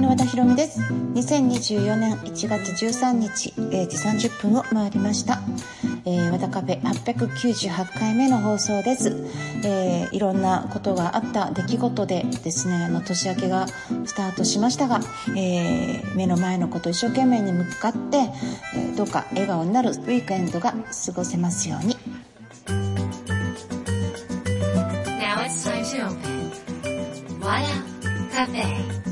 和田博美です。2024年1月13日0時30分を回りました。和田カフェ898回目の放送です。いろんなことがあった出来事でですね、年明けがスタートしましたが、目の前のこと一生懸命に向かって、どうか笑顔になるウィークエンドが過ごせますように。 Now it's time to open和田カフェ。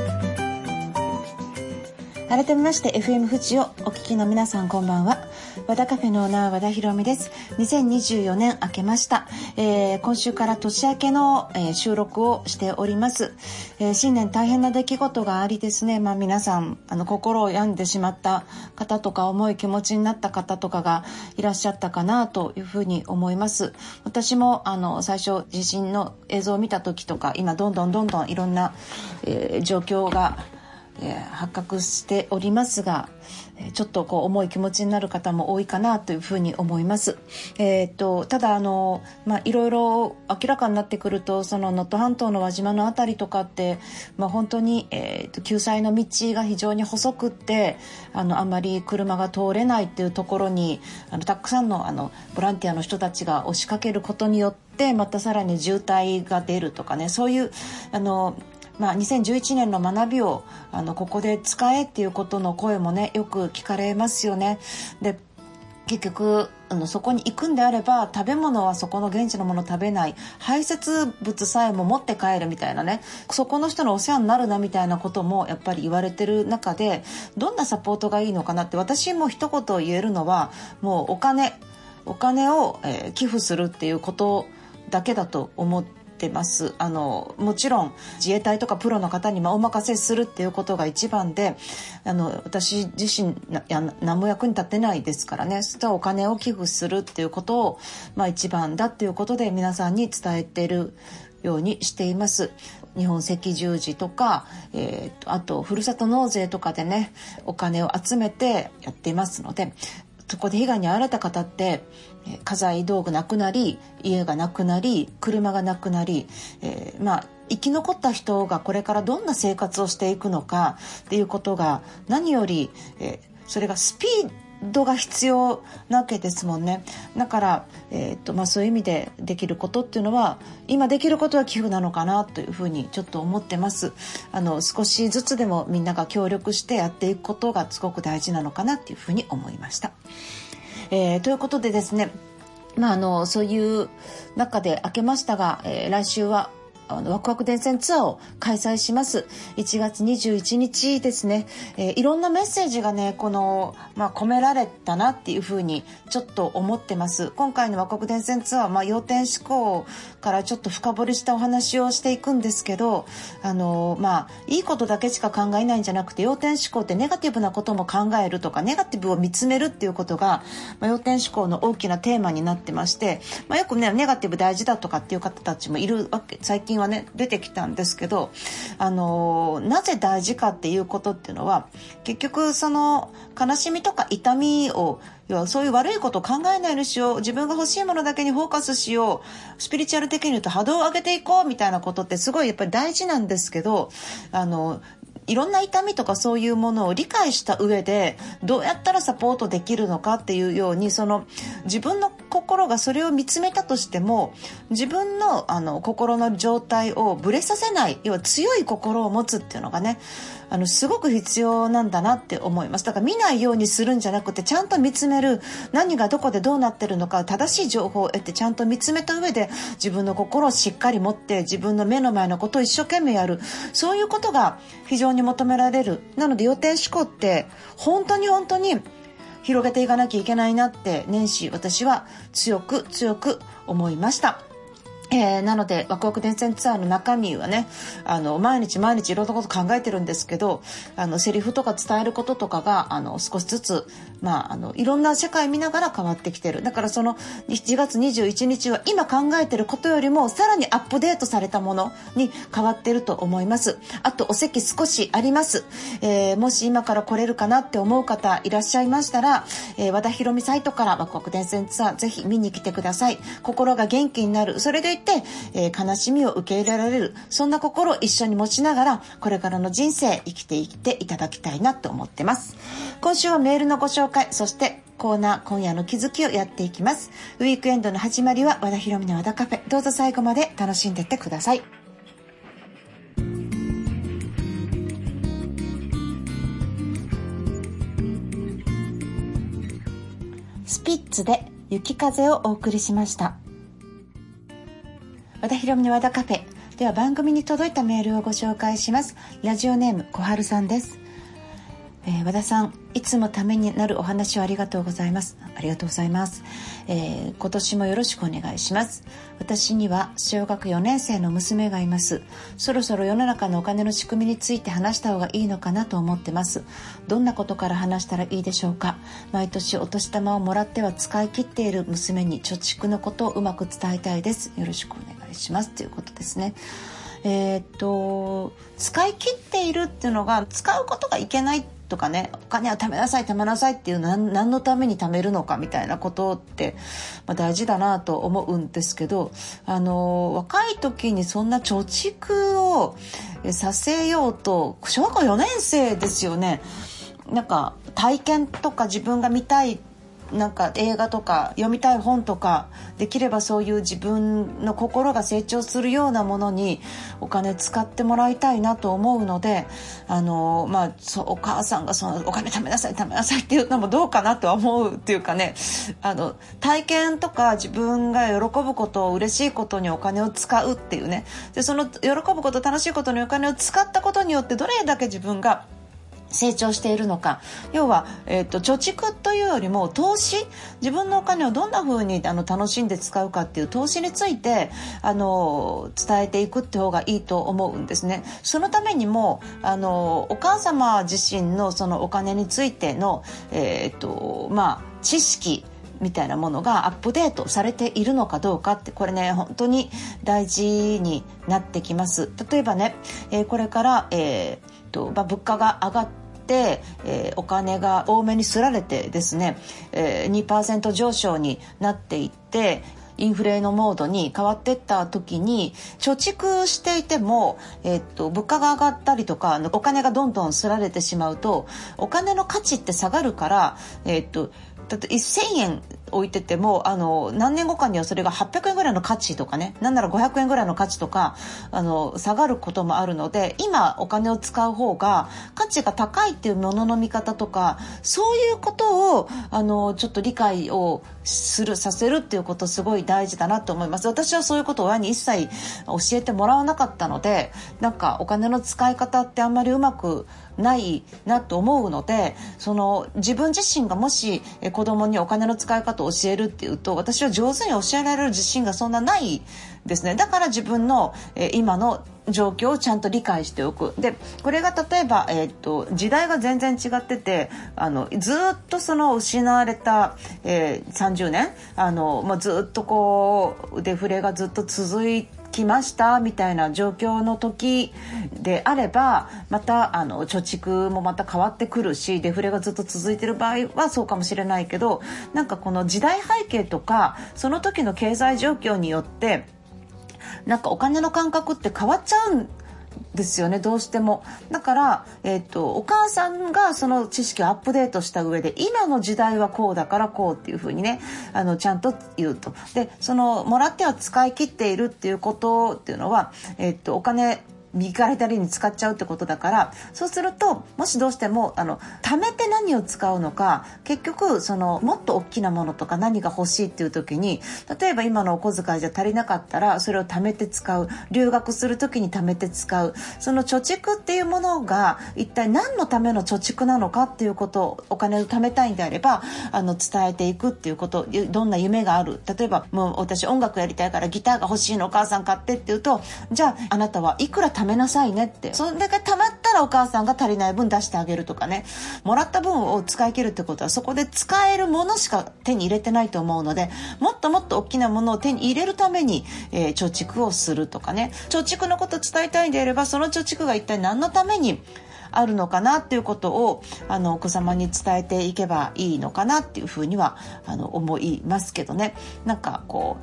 改めまして FM 富士をお聞きの皆さん、こんばんは。和田カフェのオーナー和田博美です。2024年明けました。今週から年明けの、収録をしております。新年大変な出来事がありですね、皆さん心を病んでしまった方とか、重い気持ちになった方とかがいらっしゃったかなというふうに思います。私も最初地震の映像を見た時とか、今どんどんいろんな、状況が発覚しておりますが、ちょっと重い気持ちになる方も多いかなというふうに思います。ただいろいろ明らかになってくると、その能登半島の輪島のあたりとかって、本当に、救済の道が非常に細くって、あんまり車が通れないっていうところにたくさんのボランティアの人たちが押しかけることによって、またさらに渋滞が出るとかね、そういう2011年の学びをここで使えっていうことの声もね、よく聞かれますよね。で、結局そこに行くんであれば、食べ物はそこの現地のものを食べない、排泄物さえも持って帰るみたいなね、そこの人のお世話になるなみたいなこともやっぱり言われてる中で、どんなサポートがいいのかなって、私も一言言えるのは、もうお金を、寄付するっていうことだけだと思ってます。もちろん自衛隊とかプロの方にお任せするっていうことが一番で、私自身何も役に立ってないですからね。そしたらお金を寄付するっていうことを、一番だっていうことで皆さんに伝えているようにしています。日本赤十字とか、あとふるさと納税とかでね、お金を集めてやっていますので、そこで被害に遭われた方って、家財道具なくなり、家がなくなり、車がなくなり、生き残った人がこれからどんな生活をしていくのかっていうことが何より、それがスピードが必要なわけですもんね。だから、そういう意味でできることっていうのは、今できることは寄付なのかなというふうにちょっと思ってます。少しずつでもみんなが協力してやっていくことがすごく大事なのかなっていうふうに思いました。ということでですね、そういう中で明けましたが、来週はワクワク電線ツアーを開催します。1月21日ですね。いろんなメッセージがね、込められたなっていうふうにちょっと思ってます。今回のワクワク電線ツアーは、要点思考からちょっと深掘りしたお話をしていくんですけど、いいことだけしか考えないんじゃなくて、要点思考ってネガティブなことも考えるとか、ネガティブを見つめるっていうことが、要点思考の大きなテーマになってまして、よくね、ネガティブ大事だとかっていう方たちもいるわけ、最近はね出てきたんですけど、なぜ大事かっていうことっていうのは、結局その悲しみとか痛みを、要はそういう悪いことを考えないようにしよう、自分が欲しいものだけにフォーカスしよう、スピリチュアル的に言うと波動を上げていこうみたいなことってすごいやっぱり大事なんですけど、いろんな痛みとかそういうものを理解した上で、どうやったらサポートできるのかっていうように、その自分の心がそれを見つめたとしても、自分の心の状態をぶれさせない、要は強い心を持つっていうのがね、すごく必要なんだなって思います。だから見ないようにするんじゃなくて、ちゃんと見つめる、何がどこでどうなってるのか正しい情報を得て、ちゃんと見つめた上で自分の心をしっかり持って、自分の目の前のことを一生懸命やる、そういうことが非常に求められる。なので要点思考って本当に広げていかなきゃいけないなって、年始私は強く思いました。なのでワクワク電線ツアーの中身はね、毎日いろんなこと考えてるんですけど、セリフとか伝えることとかが少しずついろんな世界見ながら変わってきてる。だからその1月21日は今考えてることよりもさらにアップデートされたものに変わってると思います。あとお席少しあります。もし今から来れるかなって思う方いらっしゃいましたら、和田博美サイトからワクワク電線ツアーぜひ見に来てください。心が元気になる。それでいて、悲しみを受け入れられる、そんな心を一緒に持ちながらこれからの人生生きていっていただきたいなと思ってます。今週はメールのご紹介、そしてコーナー今夜の気づきをやっていきます。ウィークエンドの始まりは和田ひろみの和田カフェ、どうぞ最後まで楽しんでいってください。スピッツで雪風をお送りしました。和田ひろみの和田カフェでは、番組に届いたメールをご紹介します。ラジオネーム小春さんです。和田さん、いつもためになるお話をありがとうございます。ありがとうございます。今年もよろしくお願いします。私には小学4年生の娘がいます。そろそろ世の中のお金の仕組みについて話した方がいいのかなと思ってます。どんなことから話したらいいでしょうか。毎年お年玉をもらっては使い切っている娘に貯蓄のことをうまく伝えたいです。よろしくお願いしますということですね。使い切っているっていうのが、使うことがいけないとかね、お金は貯めなさいっていう何のために貯めるのかみたいなことって、大事だなと思うんですけど、若い時にそんな貯蓄をさせようと、小学校4年生ですよね。なんか体験とか自分が見たいなんか映画とか読みたい本とか、できればそういう自分の心が成長するようなものにお金使ってもらいたいなと思うので、お母さんがそのお金貯めなさいっていうのもどうかなとは思うっていうかね、体験とか自分が喜ぶこと、嬉しいことにお金を使うっていうね。でその喜ぶこと、楽しいことにお金を使ったことによってどれだけ自分が成長しているのか。要は、貯蓄というよりも投資、自分のお金をどんな風に楽しんで使うかっていう投資について伝えていくって方がいいと思うんですね。そのためにもお母様自身のそのお金についての知識みたいなものがアップデートされているのかどうかって、これね本当に大事になってきます。例えばね、これから物価が上がって、お金が多めにすられてですね、2% 上昇になっていってインフレのモードに変わっていった時に、貯蓄していても、物価が上がったりとかお金がどんどんすられてしまうと、お金の価値って下がるから、だって1000円置いてても何年後かにはそれが800円ぐらいの価値とかね、なんなら500円ぐらいの価値とか下がることもあるので、今お金を使う方が価値が高いっていうものの見方とか、そういうことをちょっと理解をさせるっていうことすごい大事だなと思います。私はそういうことを親に一切教えてもらわなかったので、なんかお金の使い方ってあんまりうまくないなと思うので、自分自身がもし子供にお金の使い方を教えるっていうと、私は上手に教えられる自信がそんなないですね。だから自分の今の状況をちゃんと理解しておく。でこれが例えば、時代が全然違ってて、ずっとその失われた、30年ずっとこうデフレがずっと続いてきましたみたいな状況の時であれば、また貯蓄もまた変わってくるし、デフレがずっと続いている場合はそうかもしれないけど、なんかこの時代背景とかその時の経済状況によってなんかお金の感覚って変わっちゃうんですよね、どうしても。だから、お母さんがその知識をアップデートした上で、今の時代はこうだからこうっていう風にねちゃんと言うと。でもらっては使い切っているっていうことっていうのは、お金右から左に使っちゃうってことだから、そうするともしどうしても貯めて何を使うのか、結局もっと大きなものとか何が欲しいっていう時に、例えば今のお小遣いじゃ足りなかったらそれを貯めて使う、留学する時に貯めて使う、その貯蓄っていうものが一体何のための貯蓄なのかっていうことを、お金を貯めたいんであれば伝えていくっていうこと。どんな夢がある、例えばもう私音楽やりたいからギターが欲しいの、お母さん買ってって言うと、じゃああなたはいくら貯めなさいねって、それだけ貯まったらお母さんが足りない分出してあげるとかね。もらった分を使い切るってことは、そこで使えるものしか手に入れてないと思うので、もっともっと大きなものを手に入れるために、貯蓄をするとかね。貯蓄のことを伝えたいんであれば、その貯蓄が一体何のためにあるのかなっていうことをお子様に伝えていけばいいのかなっていうふうには思いますけどね。なんかこう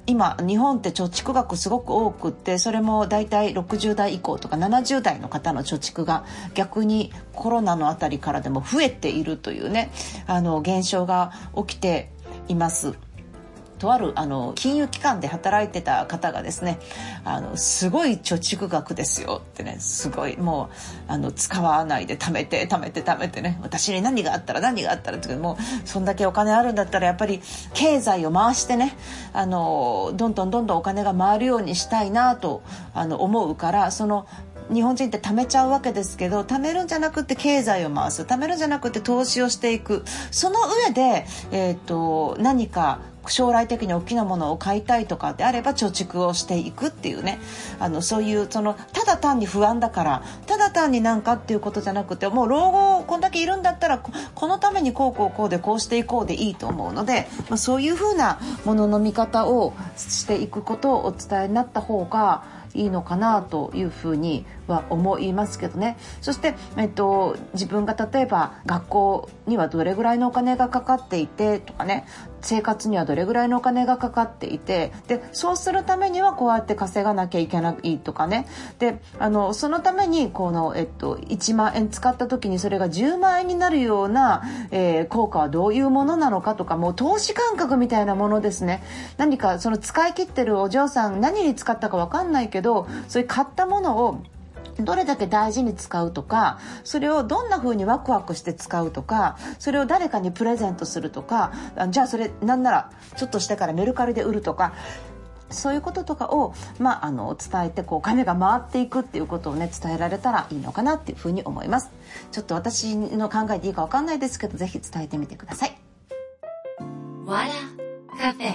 今日本って貯蓄額すごく多くって、それもだいたい60代以降とか70代の方の貯蓄が逆にコロナのあたりからでも増えているというね、現象が起きています。とある金融機関で働いてた方がですね、すごい貯蓄額ですよってね、すごいもう使わないで貯めてね、私に何があったらってもうそんだけお金あるんだったらやっぱり経済を回してね、どんどんお金が回るようにしたいなと思うから、日本人って貯めちゃうわけですけど、貯めるんじゃなくて経済を回す、貯めるんじゃなくて投資をしていく、その上で、何か将来的に大きなものを買いたいとかであれば貯蓄をしていくっていうね、そういうただ単に不安だからただ単になんかっていうことじゃなくて、もう老後こんだけいるんだったらこのためにこうでこうしていこうでいいと思うので、そういうふうなものの見方をしていくことをお伝えになった方がいいのかなというふうには思いますけどね。そして、自分が例えば学校にはどれぐらいのお金がかかっていてとかね、生活にはどれぐらいのお金がかかっていて、でそうするためにはこうやって稼がなきゃいけないとかね、でそのために1万円使った時にそれが10万円になるような、効果はどういうものなのかとか、もう投資感覚みたいなものですね。何か使い切ってるお嬢さん、何に使ったか分かんないけど、そういう買ったものをどれだけ大事に使うとか、それをどんな風にワクワクして使うとか、それを誰かにプレゼントするとか、じゃあそれなんならちょっとしてからメルカリで売るとか、そういうこととかを、伝えてお金が回っていくっていうことをね、伝えられたらいいのかなっていうふうに思います。ちょっと私の考えでいいか分かんないですけど、ぜひ伝えてみてください。 Wada Cafe。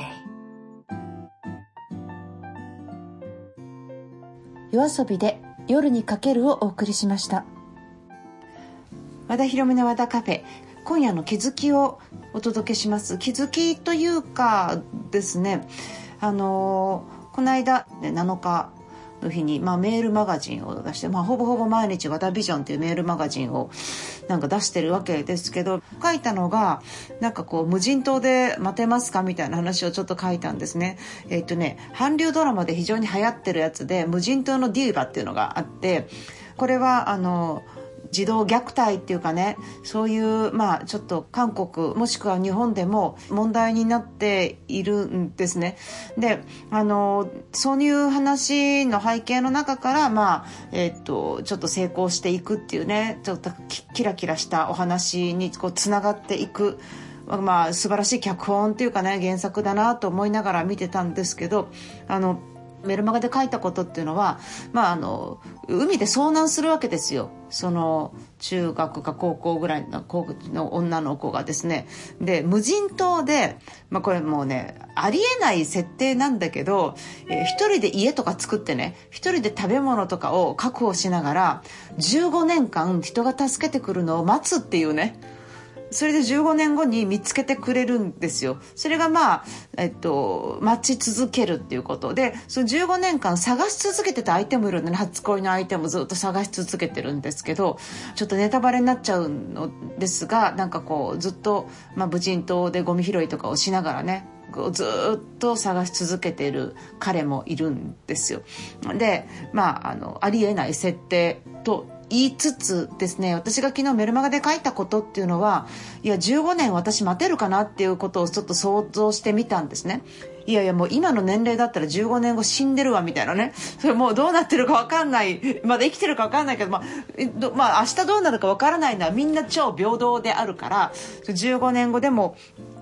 夜遊びで夜にかけるをお送りしました。和田博美の和田カフェ、今夜の気づきをお届けします。気づきというかですね、この間7日の日に、メールマガジンを出して、ほぼほぼ毎日和田ビジョンっていうメールマガジンを出してるわけですけど、書いたのが無人島で待てますかみたいな話をちょっと書いたんですね。韓流ドラマで非常に流行ってるやつで、無人島のディーバっていうのがあって、これは児童虐待っていうかね、そういうちょっと韓国もしくは日本でも問題になっているんですね。でそういう話の背景の中からちょっと成功していくっていうね、ちょっとキラキラしたお話につながっていく、素晴らしい脚本っていうかね、原作だなと思いながら見てたんですけど、メルマガで書いたことっていうのは、海で遭難するわけですよ。中学か高校ぐらいの女の子がですね、で無人島で、これもうねありえない設定なんだけど、一人で家とか作ってね、一人で食べ物とかを確保しながら15年間人が助けてくるのを待つっていうね。それで15年後に見つけてくれるんですよ。それが待ち続けるっていうことで、その15年間探し続けてた相手もいるんでね、初恋の相手もずっと探し続けてるんですけど、ちょっとネタバレになっちゃうのですが、ずっと、無人島でゴミ拾いとかをしながらね、ずっと探し続けている彼もいるんですよ。で、ありえない設定と言いつつですね、私が昨日メルマガで書いたことっていうのは、いや15年私待てるかなっていうことをちょっと想像してみたんですね。いやもう今の年齢だったら15年後死んでるわみたいなね、それもうどうなってるか分かんない、まだ生きてるか分かんないけど、明日どうなるか分からないのはみんな超平等であるから、15年後でも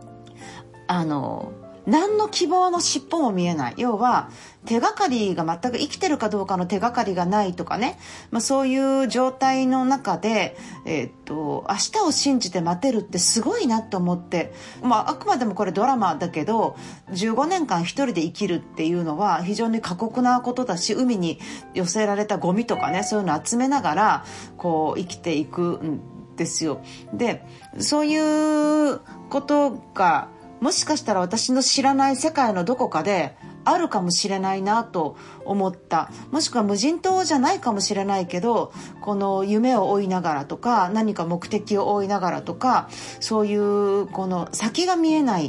何の希望の尻尾も見えない、要は手がかりが全く生きてるかどうかの手がかりがないとかね、そういう状態の中で、明日を信じて待てるってすごいなと思って、あくまでもこれドラマだけど15年間一人で生きるっていうのは非常に過酷なことだし、海に寄せられたゴミとかね、そういうのを集めながら生きていくんですよ。でそういうことがもしかしたら私の知らない世界のどこかであるかもしれないなと思った。もしくは無人島じゃないかもしれないけど、この夢を追いながらとか、何か目的を追いながらとか、そういうこの先が見えない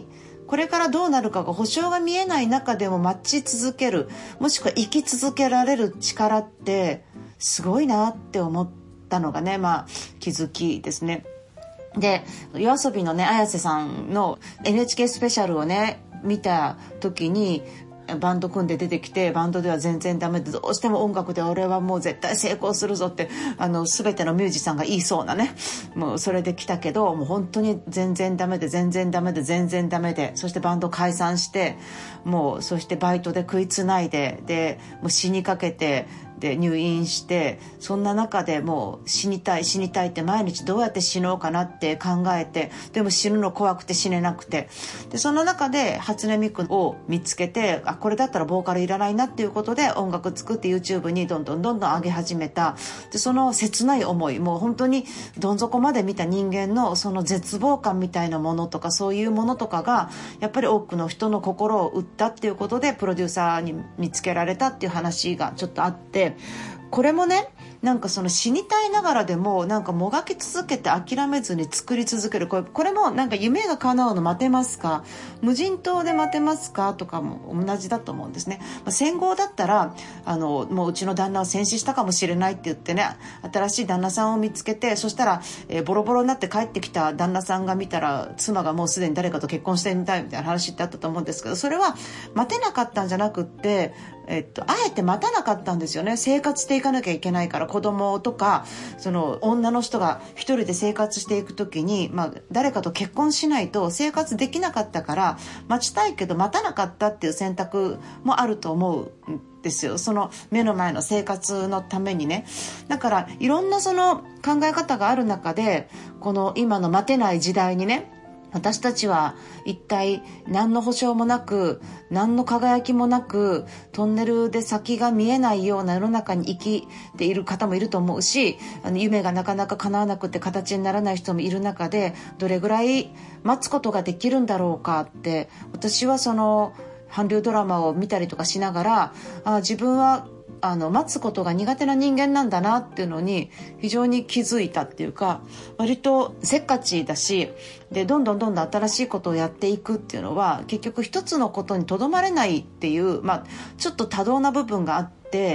これからどうなるかが保証が見えない中でも待ち続ける、もしくは生き続けられる力ってすごいなって思ったのがね、気づきですね。で、YOASOBIのね、綾瀬さんの NHK スペシャルをね見た時に、バンド組んで出てきて、バンドでは全然ダメで、どうしても音楽で俺はもう絶対成功するぞって全てのミュージシャンが言いそうなね、もうそれで来たけど、もう本当に全然ダメで、全然ダメで、全然ダメで、そしてバンド解散して、もうそしてバイトで食いつないで、もう死にかけて、で入院して、そんな中でもう死にたいって毎日どうやって死のうかなって考えて、でも死ぬの怖くて死ねなくて、でその中で初音ミクを見つけて、これだったらボーカルいらないなっていうことで音楽作って YouTube にどんどん上げ始めた。でその切ない思い、もう本当にどん底まで見た人間のその絶望感みたいなものとか、そういうものとかがやっぱり多くの人の心を打ったっていうことで、プロデューサーに見つけられたっていう話がちょっとあって、これもね、なんかその死にたいながらでもなんかもがき続けて諦めずに作り続ける、これもなんか夢が叶うの待てますか、無人島で待てますかとかも同じだと思うんですね。戦後だったらもううちの旦那は戦死したかもしれないって言ってね、新しい旦那さんを見つけて、そしたら、ボロボロになって帰ってきた旦那さんが見たら妻がもうすでに誰かと結婚してみたいみたいな話ってあったと思うんですけど、それは待てなかったんじゃなくって、あえて待たなかったんですよね。生活していかなきゃいけないから、子供とかその女の人が一人で生活していくときに、誰かと結婚しないと生活できなかったから、待ちたいけど待たなかったっていう選択もあると思うんですよ。その目の前の生活のためにね。だからいろんなその考え方がある中で、この今の待てない時代にね、私たちは一体何の保証もなく、何の輝きもなく、トンネルで先が見えないような世の中に生きている方もいると思うし、夢がなかなか叶わなくて形にならない人もいる中で、どれぐらい待つことができるんだろうかって、私はその韓流ドラマを見たりとかしながら、自分は待つことが苦手な人間なんだなっていうのに非常に気づいたっていうか、割とせっかちだし、でどんどん新しいことをやっていくっていうのは結局一つのことにとどまれないっていう、ちょっと多動な部分があって、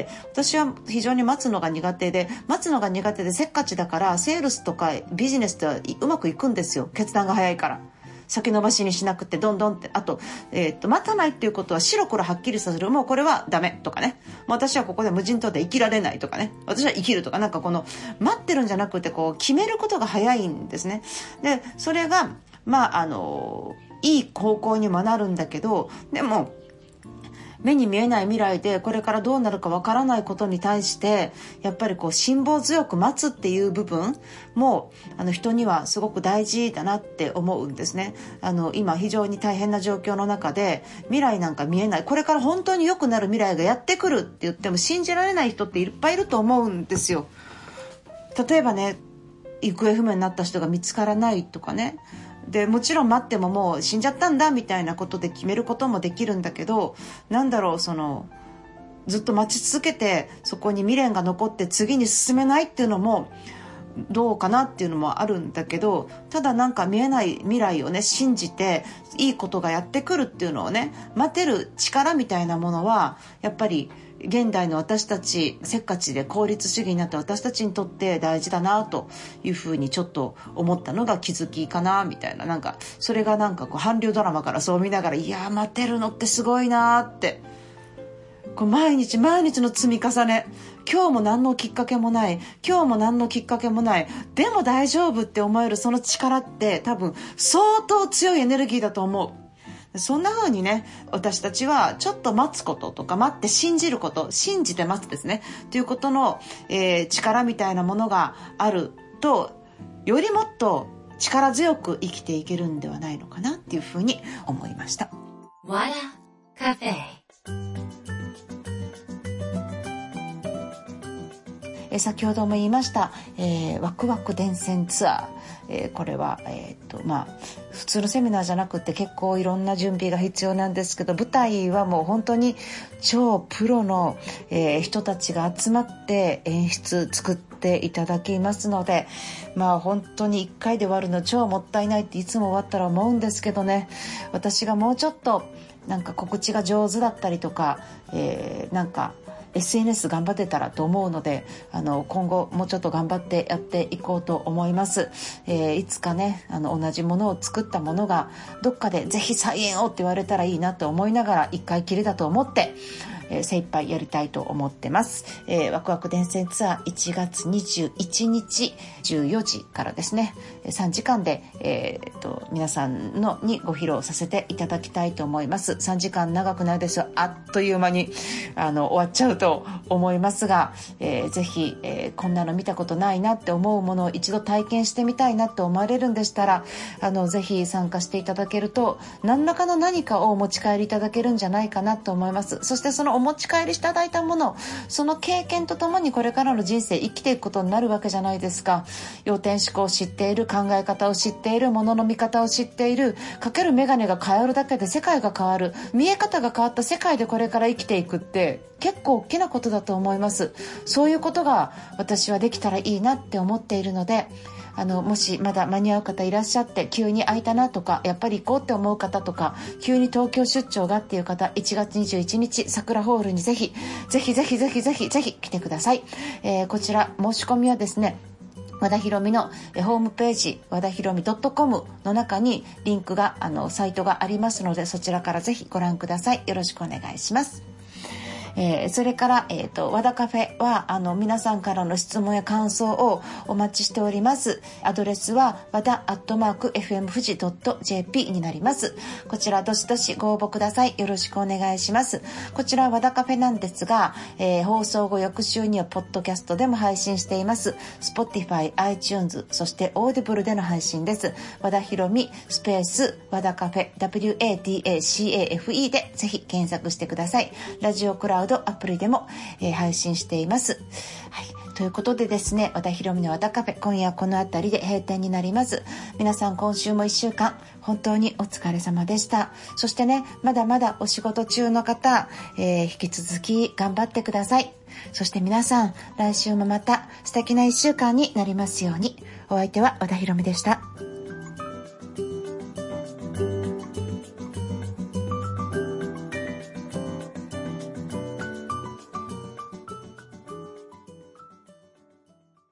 私は非常に待つのが苦手でせっかちだから、セールスとかビジネスってうまくいくんですよ。決断が早いから。先延ばしにしなくてどんどんって、あと、待たないっていうことは白黒はっきりさせる、もうこれはダメとかね、私はここで無人島で生きられないとかね、私は生きるとか、なんかこの待ってるんじゃなくてこう決めることが早いんですね。でそれがいい方向にもなるんだけど、でも目に見えない未来でこれからどうなるかわからないことに対して、やっぱりこう辛抱強く待つっていう部分も人にはすごく大事だなって思うんですね。今非常に大変な状況の中で未来なんか見えない、これから本当に良くなる未来がやってくるって言っても信じられない人っていっぱいいると思うんですよ。例えばね、行方不明になった人が見つからないとかね、でもちろん待ってももう死んじゃったんだみたいなことで決めることもできるんだけど、ずっと待ち続けてそこに未練が残って次に進めないっていうのもどうかなっていうのもあるんだけど、ただなんか見えない未来をね信じていいことがやってくるっていうのをね、待てる力みたいなものはやっぱり現代の私たち、せっかちで効率主義になった私たちにとって大事だなというふうにちょっと思ったのが気づきかなみたいな、なんかそれがなんかこう韓流ドラマからそう見ながら、いや待てるのってすごいなって、こう毎日の積み重ね、今日も何のきっかけもない、でも大丈夫って思えるその力って多分相当強いエネルギーだと思う。そんな風にね、私たちはちょっと待つこととか、待って信じること、信じて待つですねということの、力みたいなものがあると、よりもっと力強く生きていけるんではないのかなっていう風に思いました。 Wada Cafe。 先ほども言いました、ワクワク電線ツアこれは、普通のセミナーじゃなくて結構いろんな準備が必要なんですけど、舞台はもう本当に超プロの、人たちが集まって演出作っていただきますので、本当に1回で終わるの超もったいないっていつも終わったら思うんですけどね、私がもうちょっとなんか告知が上手だったりとか、なんかSNS 頑張ってたらと思うので、今後もうちょっと頑張ってやっていこうと思います。いつかね、同じものを作ったものがどっかでぜひ再演をって言われたらいいなと思いながら、一回きりだと思って精一杯やりたいと思ってます。ワクワク伝染ツアー1月21日14時からですね、3時間で、皆さんのにご披露させていただきたいと思います。3時間長くないですよ。あっという間に終わっちゃうと思いますが、ぜひ、こんなの見たことないなって思うものを一度体験してみたいなと思われるんでしたら、ぜひ参加していただけると何らかの何かをお持ち帰りいただけるんじゃないかなと思います。そしてそのお持ち帰りいただいたもの、その経験とともにこれからの人生生きていくことになるわけじゃないですか。要点思考を知っている、考え方を知っている、ものの見方を知っている、かける眼鏡が変わるだけで世界が変わる、見え方が変わった世界でこれから生きていくって結構大きなことだと思います。そういうことが私はできたらいいなって思っているので、もしまだ間に合う方いらっしゃって、急に空いたなとかやっぱり行こうって思う方とか、急に東京出張がっていう方、1月21日桜ホールにぜひ来てください。こちら申し込みはですね、和田ひろみのホームページ和田ひろみ .com の中にリンクがサイトがありますので、そちらからぜひご覧ください。よろしくお願いします。それから、和田カフェは皆さんからの質問や感想をお待ちしております。アドレスは和田@fm富士 .jp になります。こちらどしどしご応募ください。よろしくお願いします。こちら和田カフェなんですが、放送後翌週にはポッドキャストでも配信しています。Spotify、iTunes、そして Audible での配信です。和田ひろみスペース和田カフェ WADACAFE でぜひ検索してください。ラジオクラウドアプリでも、配信しています。はい、ということでですね、和田ひろみの和田カフェ、今夜このあたりで閉店になります。皆さん今週も1週間本当にお疲れ様でした。そしてね、まだまだお仕事中の方、引き続き頑張ってください。そして皆さん、来週もまた素敵な1週間になりますように。お相手は和田ひろみでした。